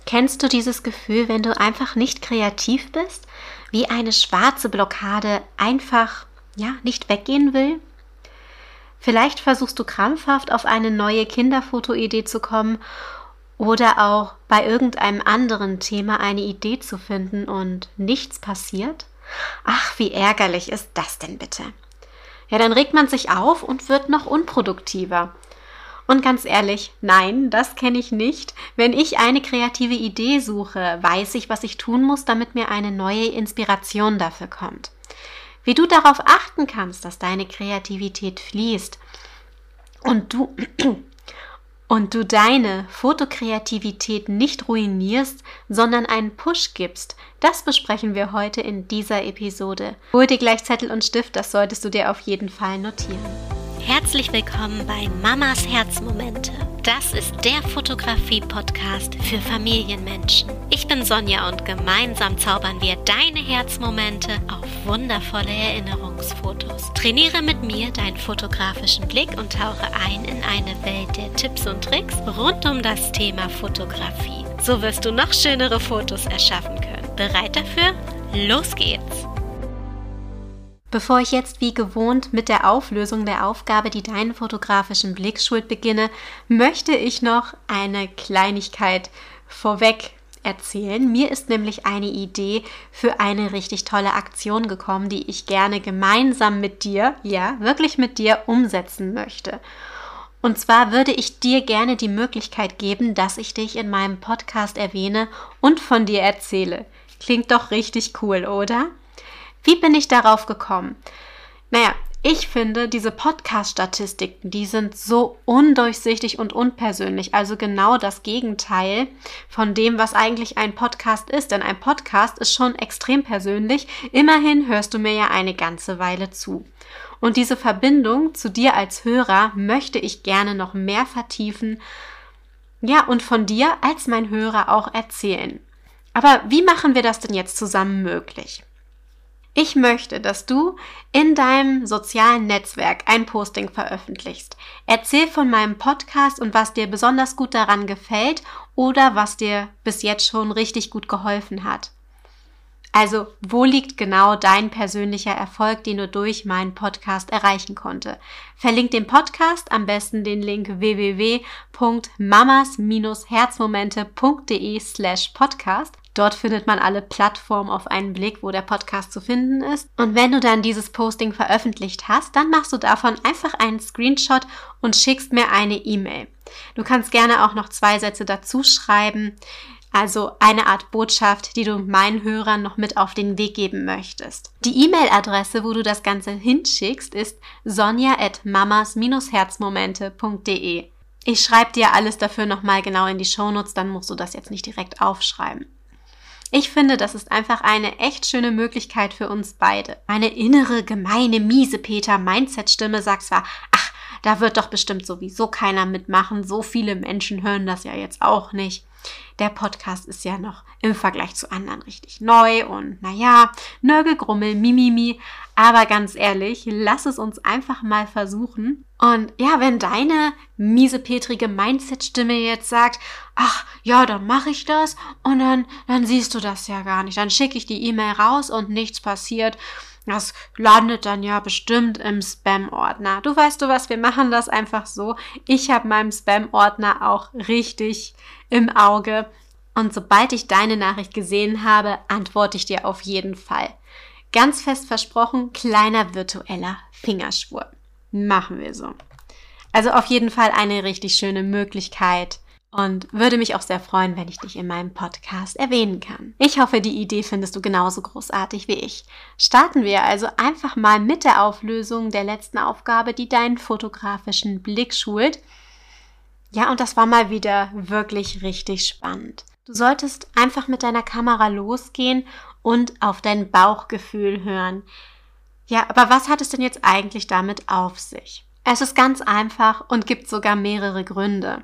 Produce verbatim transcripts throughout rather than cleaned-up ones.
Kennst du dieses Gefühl, wenn du einfach nicht kreativ bist? Wie eine schwarze Blockade einfach, ja, nicht weggehen will? Vielleicht versuchst du krampfhaft auf eine neue Kinderfotoidee zu kommen oder auch bei irgendeinem anderen Thema eine Idee zu finden und nichts passiert? Ach, wie ärgerlich ist das denn bitte? Ja, dann regt man sich auf und wird noch unproduktiver. Und ganz ehrlich, nein, das kenne ich nicht. Wenn ich eine kreative Idee suche, weiß ich, was ich tun muss, damit mir eine neue Inspiration dafür kommt. Wie du darauf achten kannst, dass deine Kreativität fließt und du, und du deine Fotokreativität nicht ruinierst, sondern einen Push gibst, das besprechen wir heute in dieser Episode. Hol dir gleich Zettel und Stift, das solltest du dir auf jeden Fall notieren. Herzlich willkommen bei Mamas Herzmomente. Das ist der Fotografie-Podcast für Familienmenschen. Ich bin Sonja und gemeinsam zaubern wir deine Herzmomente auf wundervolle Erinnerungsfotos. Trainiere mit mir deinen fotografischen Blick und tauche ein in eine Welt der Tipps und Tricks rund um das Thema Fotografie. So wirst du noch schönere Fotos erschaffen können. Bereit dafür? Los geht's! Bevor ich jetzt wie gewohnt mit der Auflösung der Aufgabe, die deinen fotografischen Blick schult, beginne, möchte ich noch eine Kleinigkeit vorweg erzählen. Mir ist nämlich eine Idee für eine richtig tolle Aktion gekommen, die ich gerne gemeinsam mit dir, ja, wirklich mit dir umsetzen möchte. Und zwar würde ich dir gerne die Möglichkeit geben, dass ich dich in meinem Podcast erwähne und von dir erzähle. Klingt doch richtig cool, oder? Wie bin ich darauf gekommen? Naja, ich finde, diese Podcast-Statistiken, die sind so undurchsichtig und unpersönlich, also genau das Gegenteil von dem, was eigentlich ein Podcast ist. Denn ein Podcast ist schon extrem persönlich, immerhin hörst du mir ja eine ganze Weile zu. Und diese Verbindung zu dir als Hörer möchte ich gerne noch mehr vertiefen, ja, und von dir als mein Hörer auch erzählen. Aber wie machen wir das denn jetzt zusammen möglich? Ich möchte, dass du in deinem sozialen Netzwerk ein Posting veröffentlichst. Erzähl von meinem Podcast und was dir besonders gut daran gefällt oder was dir bis jetzt schon richtig gut geholfen hat. Also, wo liegt genau dein persönlicher Erfolg, den du durch meinen Podcast erreichen konnte? Verlink den Podcast, am besten den Link w w w punkt mamas herzmomente punkt de slash podcast. Dort findet man alle Plattformen auf einen Blick, wo der Podcast zu finden ist. Und wenn du dann dieses Posting veröffentlicht hast, dann machst du davon einfach einen Screenshot und schickst mir eine E-Mail. Du kannst gerne auch noch zwei Sätze dazu schreiben, also eine Art Botschaft, die du meinen Hörern noch mit auf den Weg geben möchtest. Die E-Mail-Adresse, wo du das Ganze hinschickst, ist sonja at mamas herzmomente punkt de. Ich schreibe dir alles dafür nochmal genau in die Shownotes, dann musst du das jetzt nicht direkt aufschreiben. Ich finde, das ist einfach eine echt schöne Möglichkeit für uns beide. Meine innere, gemeine, miese Peter-Mindset-Stimme sagt zwar, ach, da wird doch bestimmt sowieso keiner mitmachen, so viele Menschen hören das ja jetzt auch nicht. Der Podcast ist ja noch im Vergleich zu anderen richtig neu und naja, Nörgelgrummel, Mimimi, aber ganz ehrlich, lass es uns einfach mal versuchen. Und ja, wenn deine miesepetrige Mindset-Stimme jetzt sagt, ach ja, dann mache ich das und dann, dann siehst du das ja gar nicht, dann schicke ich die E-Mail raus und nichts passiert. Das landet dann ja bestimmt im Spam-Ordner. Du weißt du was, wir machen das einfach so. Ich habe meinen Spam-Ordner auch richtig im Auge. Und sobald ich deine Nachricht gesehen habe, antworte ich dir auf jeden Fall. Ganz fest versprochen, kleiner virtueller Fingerschwur. Machen wir so. Also auf jeden Fall eine richtig schöne Möglichkeit. Und würde mich auch sehr freuen, wenn ich dich in meinem Podcast erwähnen kann. Ich hoffe, die Idee findest du genauso großartig wie ich. Starten wir also einfach mal mit der Auflösung der letzten Aufgabe, die deinen fotografischen Blick schult. Ja, und das war mal wieder wirklich richtig spannend. Du solltest einfach mit deiner Kamera losgehen und auf dein Bauchgefühl hören. Ja, aber was hat es denn jetzt eigentlich damit auf sich? Es ist ganz einfach und gibt sogar mehrere Gründe.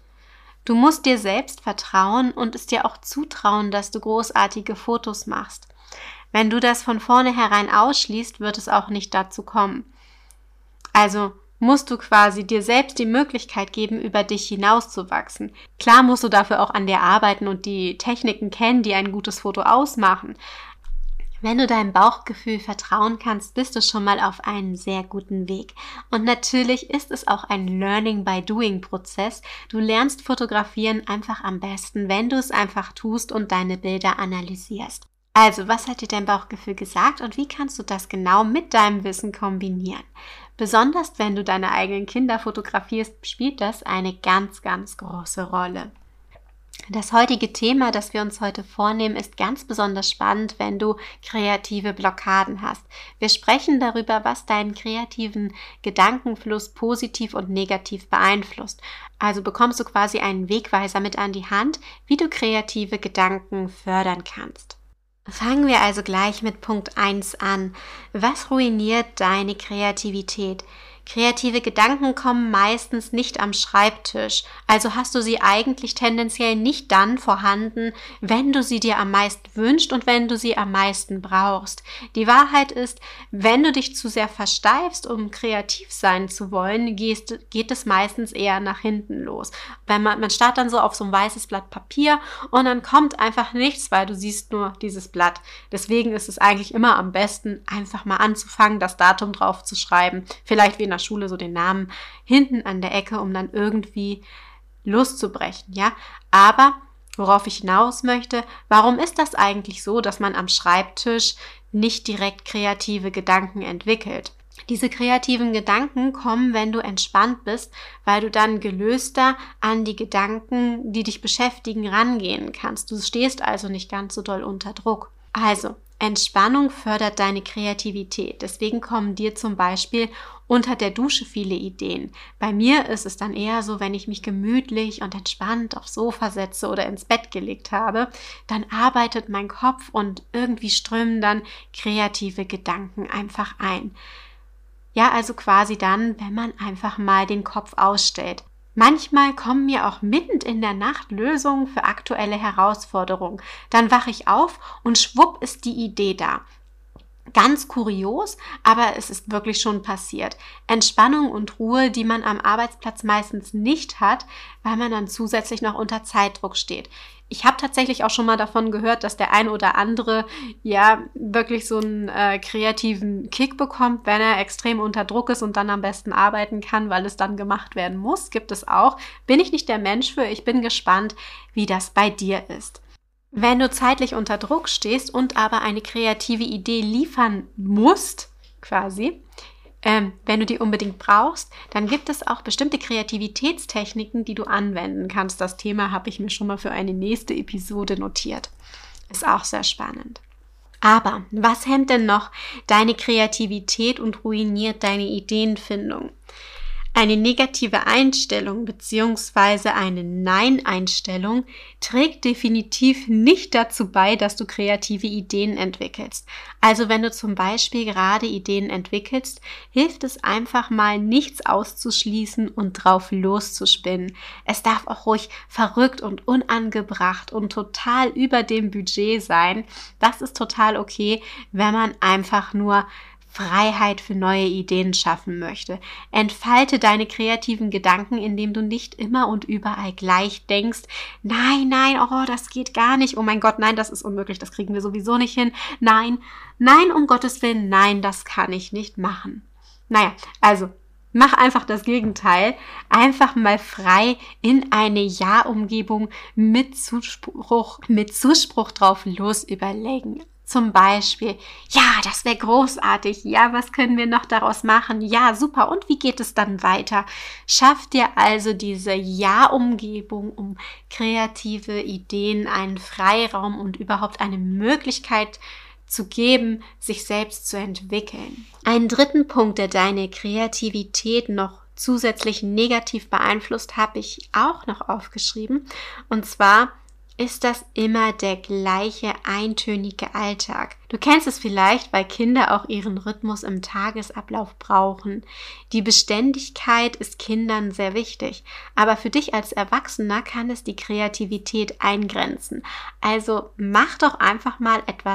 Du musst dir selbst vertrauen und es dir auch zutrauen, dass du großartige Fotos machst. Wenn du das von vornherein ausschließt, wird es auch nicht dazu kommen. Also musst du quasi dir selbst die Möglichkeit geben, über dich hinauszuwachsen. Klar musst du dafür auch an dir arbeiten und die Techniken kennen, die ein gutes Foto ausmachen. Wenn du deinem Bauchgefühl vertrauen kannst, bist du schon mal auf einem sehr guten Weg. Und natürlich ist es auch ein Learning-by-Doing-Prozess. Du lernst fotografieren einfach am besten, wenn du es einfach tust und deine Bilder analysierst. Also, was hat dir dein Bauchgefühl gesagt und wie kannst du das genau mit deinem Wissen kombinieren? Besonders wenn du deine eigenen Kinder fotografierst, spielt das eine ganz, ganz große Rolle. Das heutige Thema, das wir uns heute vornehmen, ist ganz besonders spannend, wenn du kreative Blockaden hast. Wir sprechen darüber, was deinen kreativen Gedankenfluss positiv und negativ beeinflusst. Also bekommst du quasi einen Wegweiser mit an die Hand, wie du kreative Gedanken fördern kannst. Fangen wir also gleich mit Punkt eins an. Was ruiniert deine Kreativität? Kreative Gedanken kommen meistens nicht am Schreibtisch, also hast du sie eigentlich tendenziell nicht dann vorhanden, wenn du sie dir am meisten wünschst und wenn du sie am meisten brauchst. Die Wahrheit ist, wenn du dich zu sehr versteifst, um kreativ sein zu wollen, gehst, geht es meistens eher nach hinten los. Wenn man, man startet dann so auf so ein weißes Blatt Papier und dann kommt einfach nichts, weil du siehst nur dieses Blatt. Deswegen ist es eigentlich immer am besten, einfach mal anzufangen, das Datum drauf zu schreiben, vielleicht wie in der Schule so den Namen hinten an der Ecke, um dann irgendwie loszubrechen, ja. Aber worauf ich hinaus möchte, warum ist das eigentlich so, dass man am Schreibtisch nicht direkt kreative Gedanken entwickelt? Diese kreativen Gedanken kommen, wenn du entspannt bist, weil du dann gelöster an die Gedanken, die dich beschäftigen, rangehen kannst. Du stehst also nicht ganz so doll unter Druck. Also, Entspannung fördert deine Kreativität. Deswegen kommen dir zum Beispiel unter der Dusche viele Ideen. Bei mir ist es dann eher so, wenn ich mich gemütlich und entspannt aufs Sofa setze oder ins Bett gelegt habe, dann arbeitet mein Kopf und irgendwie strömen dann kreative Gedanken einfach ein. Ja, also quasi dann, wenn man einfach mal den Kopf ausstellt. Manchmal kommen mir auch mitten in der Nacht Lösungen für aktuelle Herausforderungen. Dann wache ich auf und schwupp ist die Idee da. Ganz kurios, aber es ist wirklich schon passiert. Entspannung und Ruhe, die man am Arbeitsplatz meistens nicht hat, weil man dann zusätzlich noch unter Zeitdruck steht. Ich habe tatsächlich auch schon mal davon gehört, dass der ein oder andere ja wirklich so einen äh, kreativen Kick bekommt, wenn er extrem unter Druck ist und dann am besten arbeiten kann, weil es dann gemacht werden muss. Gibt es auch. Bin ich nicht der Mensch für. Ich bin gespannt, wie das bei dir ist. Wenn du zeitlich unter Druck stehst und aber eine kreative Idee liefern musst, quasi, ähm, wenn du die unbedingt brauchst, dann gibt es auch bestimmte Kreativitätstechniken, die du anwenden kannst. Das Thema habe ich mir schon mal für eine nächste Episode notiert. Ist auch sehr spannend. Aber was hemmt denn noch deine Kreativität und ruiniert deine Ideenfindung? Eine negative Einstellung bzw. eine Nein-Einstellung trägt definitiv nicht dazu bei, dass du kreative Ideen entwickelst. Also wenn du zum Beispiel gerade Ideen entwickelst, hilft es einfach mal, nichts auszuschließen und drauf loszuspinnen. Es darf auch ruhig verrückt und unangebracht und total über dem Budget sein. Das ist total okay, wenn man einfach nur Freiheit für neue Ideen schaffen möchte. Entfalte deine kreativen Gedanken, indem du nicht immer und überall gleich denkst, nein, nein, oh, das geht gar nicht, oh mein Gott, nein, das ist unmöglich, das kriegen wir sowieso nicht hin, nein, nein, um Gottes Willen, nein, das kann ich nicht machen. Naja, also mach einfach das Gegenteil, einfach mal frei in eine Ja-Umgebung mit Zuspruch, mit Zuspruch drauf los überlegen. Zum Beispiel, ja, das wäre großartig, ja, was können wir noch daraus machen, ja, super, und wie geht es dann weiter? Schaff dir also diese Ja-Umgebung, um kreative Ideen einen Freiraum und überhaupt eine Möglichkeit zu geben, sich selbst zu entwickeln. Einen dritten Punkt, der deine Kreativität noch zusätzlich negativ beeinflusst, habe ich auch noch aufgeschrieben, und zwar ist das immer der gleiche eintönige Alltag. Du kennst es vielleicht, weil Kinder auch ihren Rhythmus im Tagesablauf brauchen. Die Beständigkeit ist Kindern sehr wichtig, aber für dich als Erwachsener kann es die Kreativität eingrenzen. Also mach doch einfach mal etwas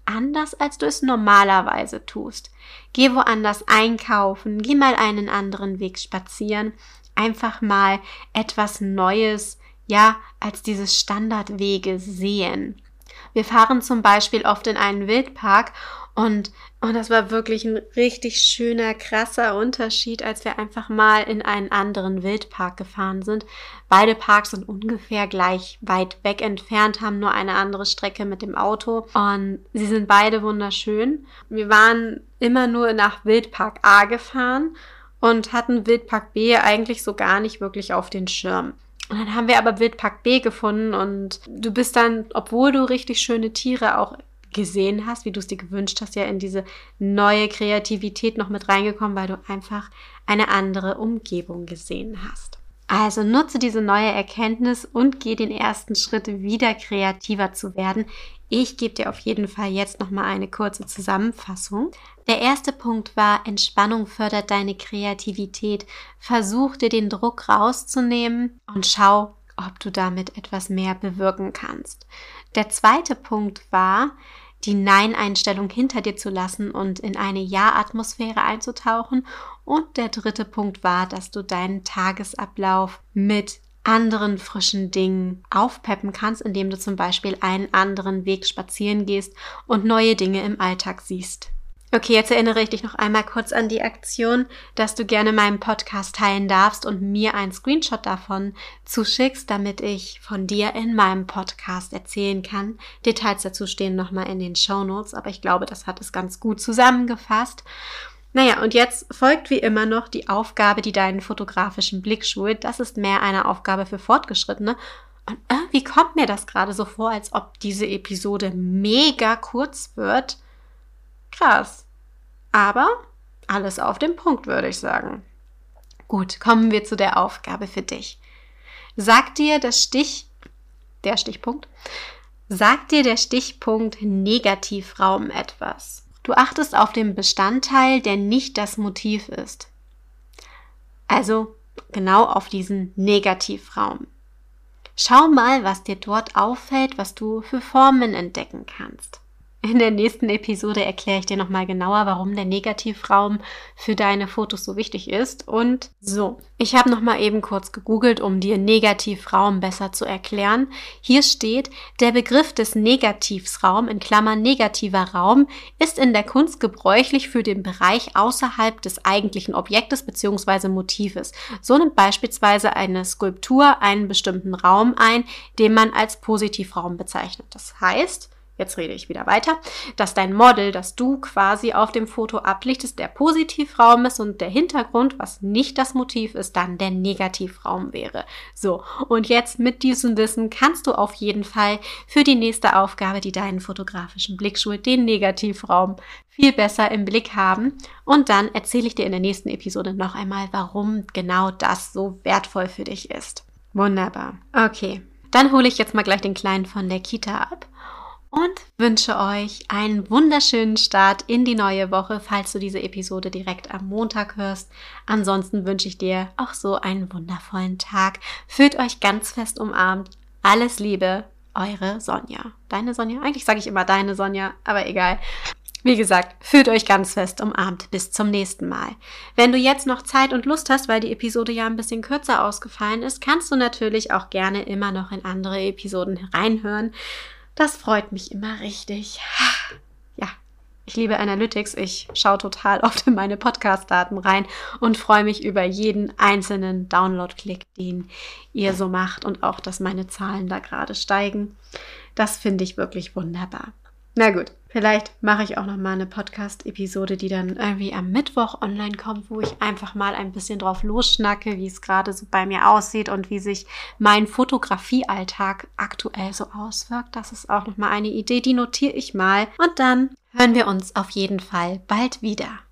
anders, als du es normalerweise tust. Geh woanders einkaufen, geh mal einen anderen Weg spazieren, einfach mal etwas Neues, ja, als diese Standardwege sehen. Wir fahren zum Beispiel oft in einen Wildpark und, und das war wirklich ein richtig schöner, krasser Unterschied, als wir einfach mal in einen anderen Wildpark gefahren sind. Beide Parks sind ungefähr gleich weit weg entfernt, haben nur eine andere Strecke mit dem Auto und sie sind beide wunderschön. Wir waren immer nur nach Wildpark A gefahren und hatten Wildpark B eigentlich so gar nicht wirklich auf den Schirm. Und dann haben wir aber Wildpark B gefunden und du bist dann, obwohl du richtig schöne Tiere auch gesehen hast, wie du es dir gewünscht hast, ja in diese neue Kreativität noch mit reingekommen, weil du einfach eine andere Umgebung gesehen hast. Also nutze diese neue Erkenntnis und geh den ersten Schritt, wieder kreativer zu werden. Ich gebe dir auf jeden Fall jetzt nochmal eine kurze Zusammenfassung. Der erste Punkt war, Entspannung fördert deine Kreativität. Versuch dir den Druck rauszunehmen und schau, ob du damit etwas mehr bewirken kannst. Der zweite Punkt war, die Nein-Einstellung hinter dir zu lassen und in eine Ja-Atmosphäre einzutauchen. Und der dritte Punkt war, dass du deinen Tagesablauf mit anderen frischen Dingen aufpeppen kannst, indem du zum Beispiel einen anderen Weg spazieren gehst und neue Dinge im Alltag siehst. Okay, jetzt erinnere ich dich noch einmal kurz an die Aktion, dass du gerne meinen Podcast teilen darfst und mir einen Screenshot davon zuschickst, damit ich von dir in meinem Podcast erzählen kann. Details dazu stehen nochmal in den Shownotes, aber ich glaube, das hat es ganz gut zusammengefasst. Naja, und jetzt folgt wie immer noch die Aufgabe, die deinen fotografischen Blick schult. Das ist mehr eine Aufgabe für Fortgeschrittene. Und irgendwie kommt mir das gerade so vor, als ob diese Episode mega kurz wird. Krass. Aber alles auf den Punkt, würde ich sagen. Gut, kommen wir zu der Aufgabe für dich. Sag dir das Stich, der Stichpunkt, sag dir der Stichpunkt Negativraum etwas. Du achtest auf den Bestandteil, der nicht das Motiv ist. Also genau auf diesen Negativraum. Schau mal, was dir dort auffällt, was du für Formen entdecken kannst. In der nächsten Episode erkläre ich dir nochmal genauer, warum der Negativraum für deine Fotos so wichtig ist. Und so, ich habe nochmal eben kurz gegoogelt, um dir Negativraum besser zu erklären. Hier steht, der Begriff des Negativraum, in Klammern negativer Raum, ist in der Kunst gebräuchlich für den Bereich außerhalb des eigentlichen Objektes bzw. Motives. So nimmt beispielsweise eine Skulptur einen bestimmten Raum ein, den man als Positivraum bezeichnet. Das heißt, jetzt rede ich wieder weiter, dass dein Model, das du quasi auf dem Foto ablichtest, der Positivraum ist und der Hintergrund, was nicht das Motiv ist, dann der Negativraum wäre. So, und jetzt mit diesem Wissen kannst du auf jeden Fall für die nächste Aufgabe, die deinen fotografischen Blick schult, den Negativraum viel besser im Blick haben. Und dann erzähle ich dir in der nächsten Episode noch einmal, warum genau das so wertvoll für dich ist. Wunderbar. Okay, dann hole ich jetzt mal gleich den Kleinen von der Kita ab und wünsche euch einen wunderschönen Start in die neue Woche, falls du diese Episode direkt am Montag hörst. Ansonsten wünsche ich dir auch so einen wundervollen Tag. Fühlt euch ganz fest umarmt. Alles Liebe, eure Sonja. Deine Sonja? Eigentlich sage ich immer deine Sonja, aber egal. Wie gesagt, fühlt euch ganz fest umarmt. Bis zum nächsten Mal. Wenn du jetzt noch Zeit und Lust hast, weil die Episode ja ein bisschen kürzer ausgefallen ist, kannst du natürlich auch gerne immer noch in andere Episoden reinhören. Das freut mich immer richtig. Ja, ich liebe Analytics. Ich schaue total oft in meine Podcast-Daten rein und freue mich über jeden einzelnen Download-Klick, den ihr so macht und auch, dass meine Zahlen da gerade steigen. Das finde ich wirklich wunderbar. Na gut, vielleicht mache ich auch noch mal eine Podcast-Episode, die dann irgendwie am Mittwoch online kommt, wo ich einfach mal ein bisschen drauf losschnacke, wie es gerade so bei mir aussieht und wie sich mein Fotografiealltag aktuell so auswirkt. Das ist auch noch mal eine Idee, die notiere ich mal. Und dann hören wir uns auf jeden Fall bald wieder.